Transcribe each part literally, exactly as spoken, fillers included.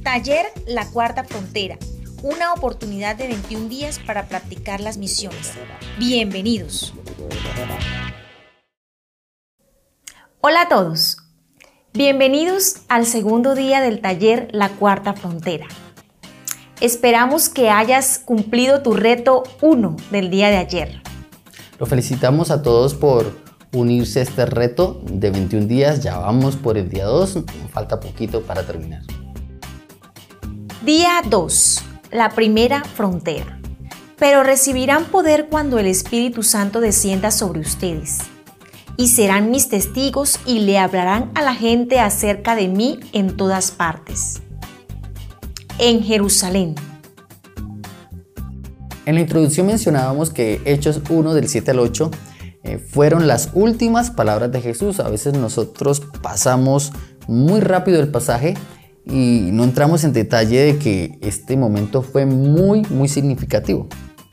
Taller La Cuarta Frontera, una oportunidad de veintiún días para practicar las misiones. Bienvenidos. Hola a todos. Bienvenidos al segundo día del taller La Cuarta Frontera. Esperamos que hayas cumplido tu reto uno del día de ayer. Los felicitamos a todos por unirse a este reto de veintiún días. Ya vamos por el día dos, falta poquito para terminar. Día dos. La primera frontera. Pero recibirán poder cuando el Espíritu Santo descienda sobre ustedes. Y serán mis testigos y le hablarán a la gente acerca de mí en todas partes. En Jerusalén. En la introducción mencionábamos que Hechos uno del siete al ocho eh, fueron las últimas palabras de Jesús. A veces nosotros pasamos muy rápido el pasaje y no entramos en detalle de que este momento fue muy, muy significativo.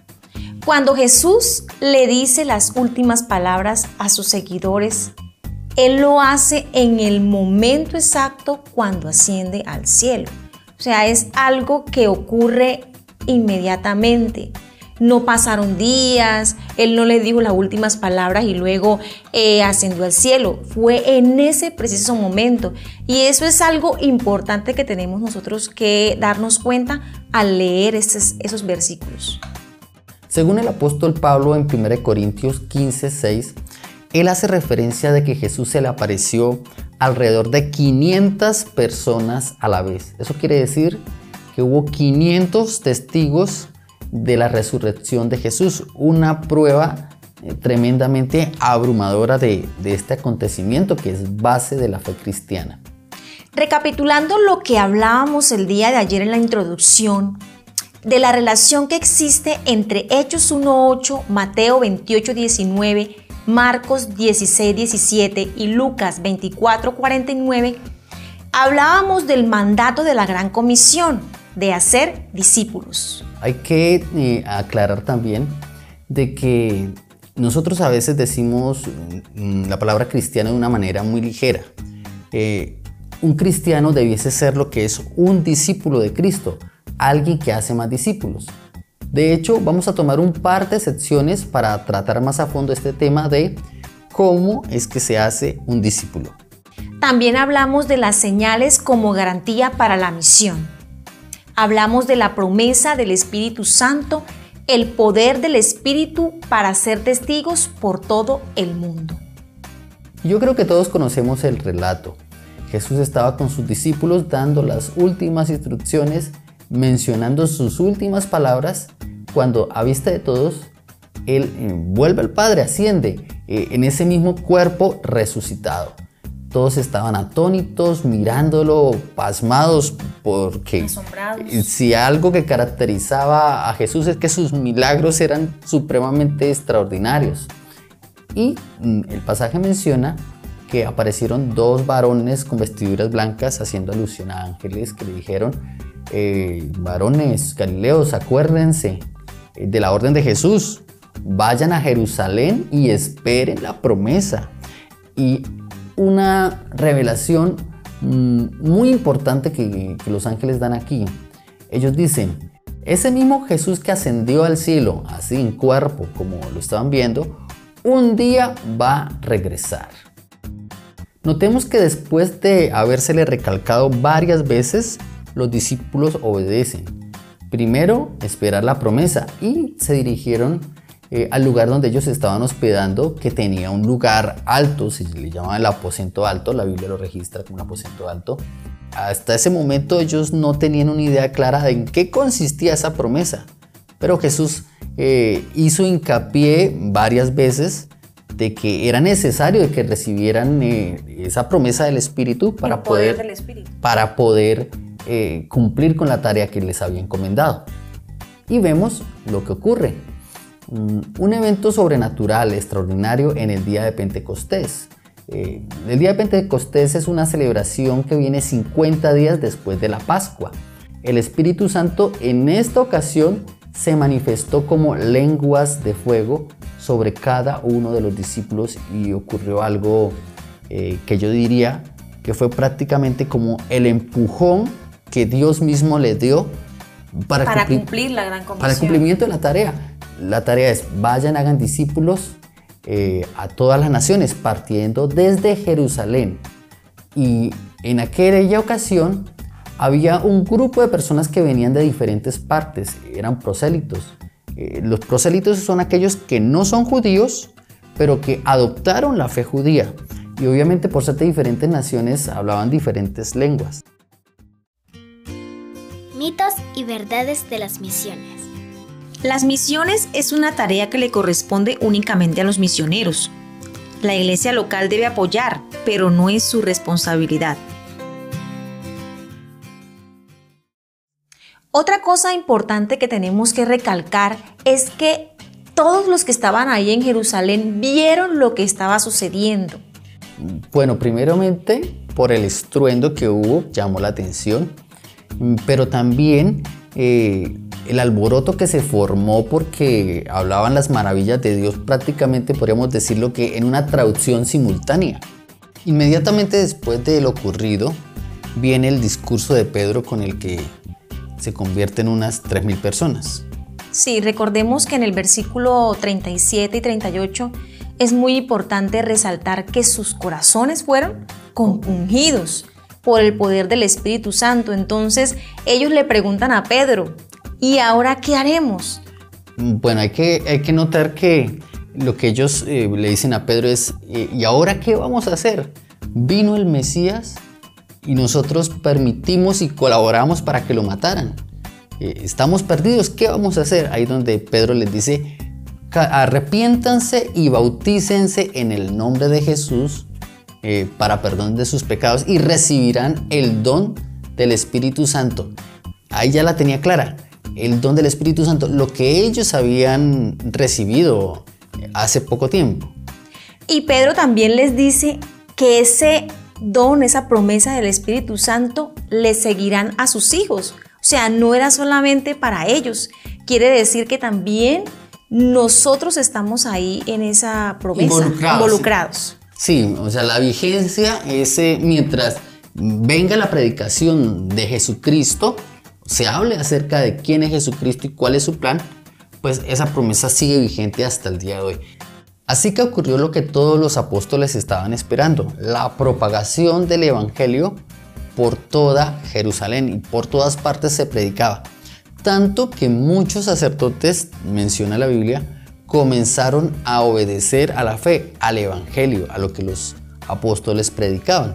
Cuando Jesús le dice las últimas palabras a sus seguidores, Él lo hace en el momento exacto cuando asciende al cielo. O sea, es algo que ocurre inmediatamente. No pasaron días, Él no le dijo las últimas palabras y luego eh, ascendió al cielo. Fue en ese preciso momento. Y eso es algo importante que tenemos nosotros que darnos cuenta al leer estos, esos versículos. Según el apóstol Pablo en primera Corintios quince, seis, él hace referencia de que Jesús se le apareció alrededor de quinientas personas a la vez. Eso quiere decir que hubo quinientos testigos de la resurrección de Jesús, una prueba eh, tremendamente abrumadora de, de este acontecimiento que es base de la fe cristiana. Recapitulando lo que hablábamos el día de ayer en la introducción, de la relación que existe entre Hechos uno ocho, Mateo veintiocho diecinueve, Marcos dieciséis diecisiete y Lucas veinticuatro cuarenta y nueve, hablábamos del mandato de la Gran Comisión, de hacer discípulos. Hay que eh, aclarar también de que nosotros a veces decimos mm, la palabra cristiano de una manera muy ligera. Eh, un cristiano debiese ser lo que es un discípulo de Cristo, alguien que hace más discípulos. De hecho, vamos a tomar un par de secciones para tratar más a fondo este tema de cómo es que se hace un discípulo. También hablamos de las señales como garantía para la misión. Hablamos de la promesa del Espíritu Santo, el poder del Espíritu para ser testigos por todo el mundo. Yo creo que todos conocemos el relato. Jesús estaba con sus discípulos dando las últimas instrucciones, mencionando sus últimas palabras, cuando a vista de todos, Él eh, vuelve al Padre, asciende eh, en ese mismo cuerpo resucitado. Todos estaban atónitos, mirándolo, pasmados, porque asombrados. Si algo que caracterizaba a Jesús es que sus milagros eran supremamente extraordinarios. Y el pasaje menciona que aparecieron dos varones con vestiduras blancas, haciendo alusión a ángeles que le dijeron: eh, varones galileos, acuérdense de la orden de Jesús, vayan a Jerusalén y esperen la promesa. Y una revelación mmm, muy importante que, que los ángeles dan aquí. Ellos dicen: ese mismo Jesús que ascendió al cielo, así en cuerpo como lo estaban viendo, un día va a regresar. Notemos que después de habérsele recalcado varias veces, los discípulos obedecen. Primero, esperar la promesa, y se dirigieron Eh, al lugar donde ellos estaban hospedando, que tenía un lugar alto, se le llamaba el aposento alto, la Biblia lo registra como un aposento alto. Hasta ese momento ellos no tenían una idea clara de en qué consistía esa promesa, pero Jesús eh, hizo hincapié varias veces de que era necesario de que recibieran eh, esa promesa del Espíritu para el poder poder, del Espíritu. para poder eh, cumplir con la tarea que les había encomendado. Y vemos lo que ocurre. Un evento sobrenatural, extraordinario en el día de Pentecostés. Eh, el día de Pentecostés es una celebración que viene cincuenta días después de la Pascua. El Espíritu Santo en esta ocasión se manifestó como lenguas de fuego sobre cada uno de los discípulos, y ocurrió algo eh, que yo diría que fue prácticamente como el empujón que Dios mismo les dio para, para cumplir, cumplir la gran comisión. Para el cumplimiento de la tarea. La tarea es: vayan, hagan discípulos eh, a todas las naciones, partiendo desde Jerusalén. Y en aquella ocasión había un grupo de personas que venían de diferentes partes, eran prosélitos. Eh, los prosélitos son aquellos que no son judíos, pero que adoptaron la fe judía. Y obviamente por ser de diferentes naciones hablaban diferentes lenguas. Mitos y verdades de las misiones. Las misiones es una tarea que le corresponde únicamente a los misioneros. La iglesia local debe apoyar, pero no es su responsabilidad. Otra cosa importante que tenemos que recalcar es que todos los que estaban ahí en Jerusalén vieron lo que estaba sucediendo. Bueno, primeramente por el estruendo que hubo, llamó la atención, pero también eh, el alboroto que se formó porque hablaban las maravillas de Dios, prácticamente podríamos decirlo que en una traducción simultánea. Inmediatamente después de lo ocurrido viene el discurso de Pedro con el que se convierten unas tres mil personas. Sí, recordemos que en el versículo treinta y siete y treinta y ocho es muy importante resaltar que sus corazones fueron compungidos por el poder del Espíritu Santo. Entonces ellos le preguntan a Pedro: ¿y ahora qué haremos? Bueno, hay que, hay que notar que lo que ellos eh, le dicen a Pedro es: ¿y ahora qué vamos a hacer? Vino el Mesías y nosotros permitimos y colaboramos para que lo mataran. Eh, estamos perdidos, ¿qué vamos a hacer? Ahí donde Pedro les dice: arrepiéntanse y bautícense en el nombre de Jesús eh, para perdón de sus pecados y recibirán el don del Espíritu Santo. Ahí ya la tenía clara, el don del Espíritu Santo, lo que ellos habían recibido hace poco tiempo. Y Pedro también les dice que ese don, esa promesa del Espíritu Santo, le seguirán a sus hijos. O sea, no era solamente para ellos. Quiere decir que también nosotros estamos ahí en esa promesa, involucrados. involucrados. Sí, o sea, la vigencia es eh, mientras venga la predicación de Jesucristo, se hable acerca de quién es Jesucristo y cuál es su plan, pues esa promesa sigue vigente hasta el día de hoy. Así que ocurrió lo que todos los apóstoles estaban esperando: la propagación del evangelio por toda Jerusalén, y por todas partes se predicaba. Tanto que muchos sacerdotes, menciona la Biblia, comenzaron a obedecer a la fe, al evangelio, a lo que los apóstoles predicaban.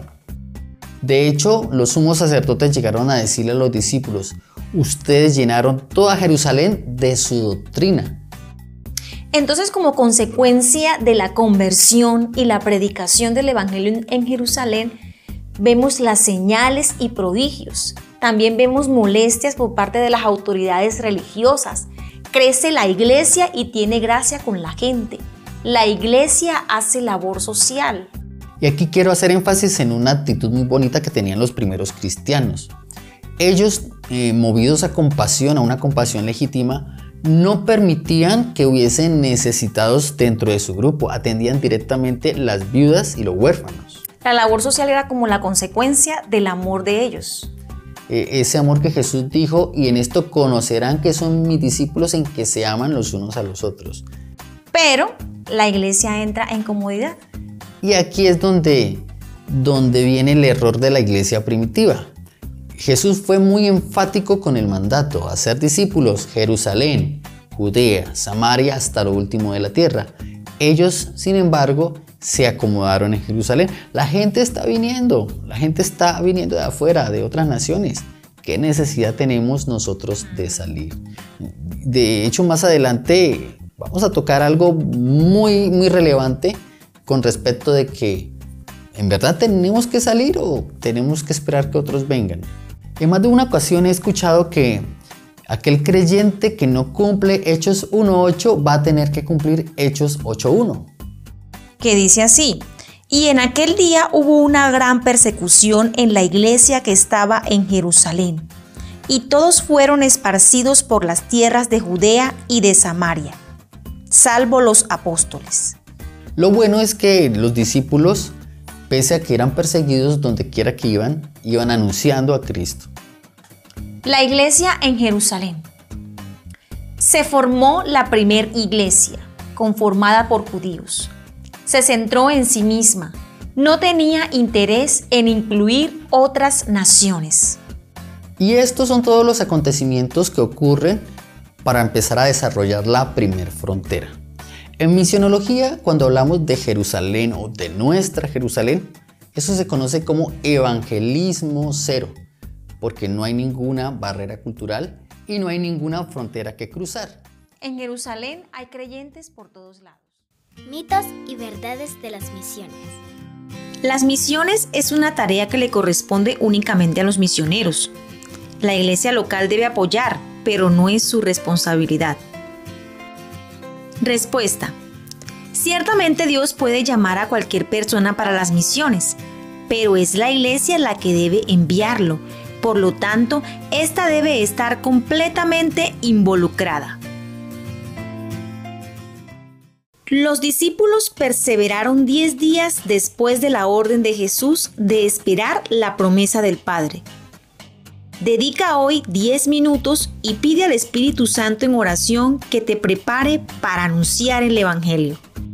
De hecho, los sumos sacerdotes llegaron a decirle a los discípulos: ustedes llenaron toda Jerusalén de su doctrina. Entonces, como consecuencia de la conversión y la predicación del evangelio en Jerusalén, vemos las señales y prodigios. También vemos molestias por parte de las autoridades religiosas. Crece la iglesia y tiene gracia con la gente. La iglesia hace labor social. Y aquí quiero hacer énfasis en una actitud muy bonita que tenían los primeros cristianos. Ellos, eh, movidos a compasión, a una compasión legítima, no permitían que hubiesen necesitados dentro de su grupo. Atendían directamente las viudas y los huérfanos. La labor social era como la consecuencia del amor de ellos. Eh, ese amor que Jesús dijo: y en esto conocerán que son mis discípulos, en que se aman los unos a los otros. Pero la iglesia entra en comodidad. Y aquí es donde, donde viene el error de la iglesia primitiva. Jesús fue muy enfático con el mandato: hacer discípulos, Jerusalén, Judea, Samaria, hasta lo último de la tierra. Ellos, sin embargo, se acomodaron en Jerusalén. La gente está viniendo, la gente está viniendo de afuera, de otras naciones. ¿Qué necesidad tenemos nosotros de salir? De hecho, más adelante vamos a tocar algo muy, muy relevante con respecto de que ¿en verdad tenemos que salir o tenemos que esperar que otros vengan? En más de una ocasión he escuchado que aquel creyente que no cumple Hechos uno ocho va a tener que cumplir Hechos ocho uno. Que dice así: y en aquel día hubo una gran persecución en la iglesia que estaba en Jerusalén, y todos fueron esparcidos por las tierras de Judea y de Samaria, salvo los apóstoles. Lo bueno es que los discípulos, pese a que eran perseguidos donde quiera que iban, iban anunciando a Cristo. La iglesia en Jerusalén. Se formó la primer iglesia, conformada por judíos. Se centró en sí misma. No tenía interés en incluir otras naciones. Y estos son todos los acontecimientos que ocurren para empezar a desarrollar la primer frontera. En misionología, cuando hablamos de Jerusalén o de nuestra Jerusalén, eso se conoce como evangelismo cero, porque no hay ninguna barrera cultural y no hay ninguna frontera que cruzar. En Jerusalén hay creyentes por todos lados. Mitos y verdades de las misiones. Las misiones es una tarea que le corresponde únicamente a los misioneros. La iglesia local debe apoyar, pero no es su responsabilidad. Respuesta. Ciertamente Dios puede llamar a cualquier persona para las misiones, pero es la iglesia la que debe enviarlo. Por lo tanto, esta debe estar completamente involucrada. Los discípulos perseveraron diez días después de la orden de Jesús de esperar la promesa del Padre. Dedica hoy diez minutos y pide al Espíritu Santo en oración que te prepare para anunciar el Evangelio.